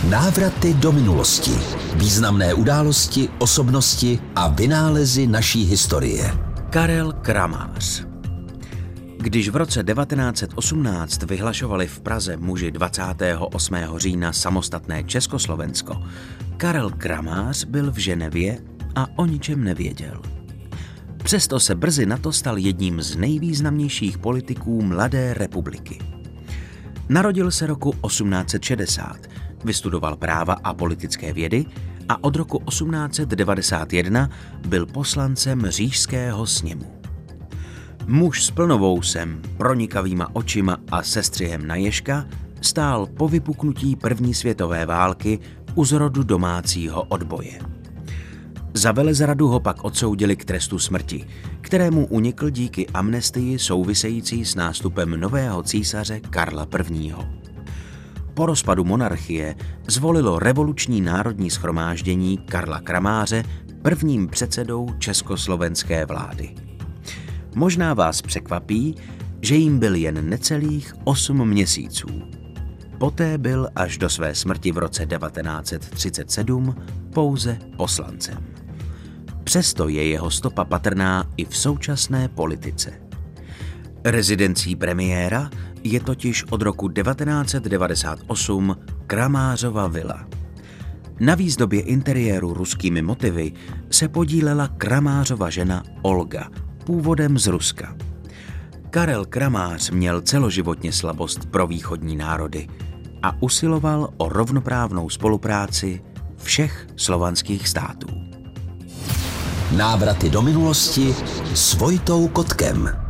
Návraty do minulosti. Významné události, osobnosti a vynálezy naší historie. Karel Kramář. Když v roce 1918 vyhlašovali v Praze muži 28. října samostatné Československo, Karel Kramář byl v Ženevě a o ničem nevěděl. Přesto se brzy na to stal jedním z nejvýznamnějších politiků mladé republiky. Narodil se roku 1860, vystudoval práva a politické vědy a od roku 1891 byl poslancem Říšského sněmu. Muž s plnovousem, pronikavýma očima a sestřihem na ježka stál po vypuknutí první světové války u zrodu domácího odboje. Za velezradu ho pak odsoudili k trestu smrti, kterému unikl díky amnestii související s nástupem nového císaře Karla I. Po rozpadu monarchie zvolilo revoluční národní shromáždění Karla Kramáře prvním předsedou československé vlády. Možná vás překvapí, že jim byl jen necelých 8 měsíců. Poté byl až do své smrti v roce 1937 pouze poslancem. Přesto je jeho stopa patrná i v současné politice. Rezidencí premiéra je totiž od roku 1998 Kramářova vila. Na výzdobě interiéru ruskými motivy se podílela Kramářova žena Olga, původem z Ruska. Karel Kramář měl celoživotně slabost pro východní národy a usiloval o rovnoprávnou spolupráci všech slovanských států. Návraty do minulosti s Vojtou Kotkem.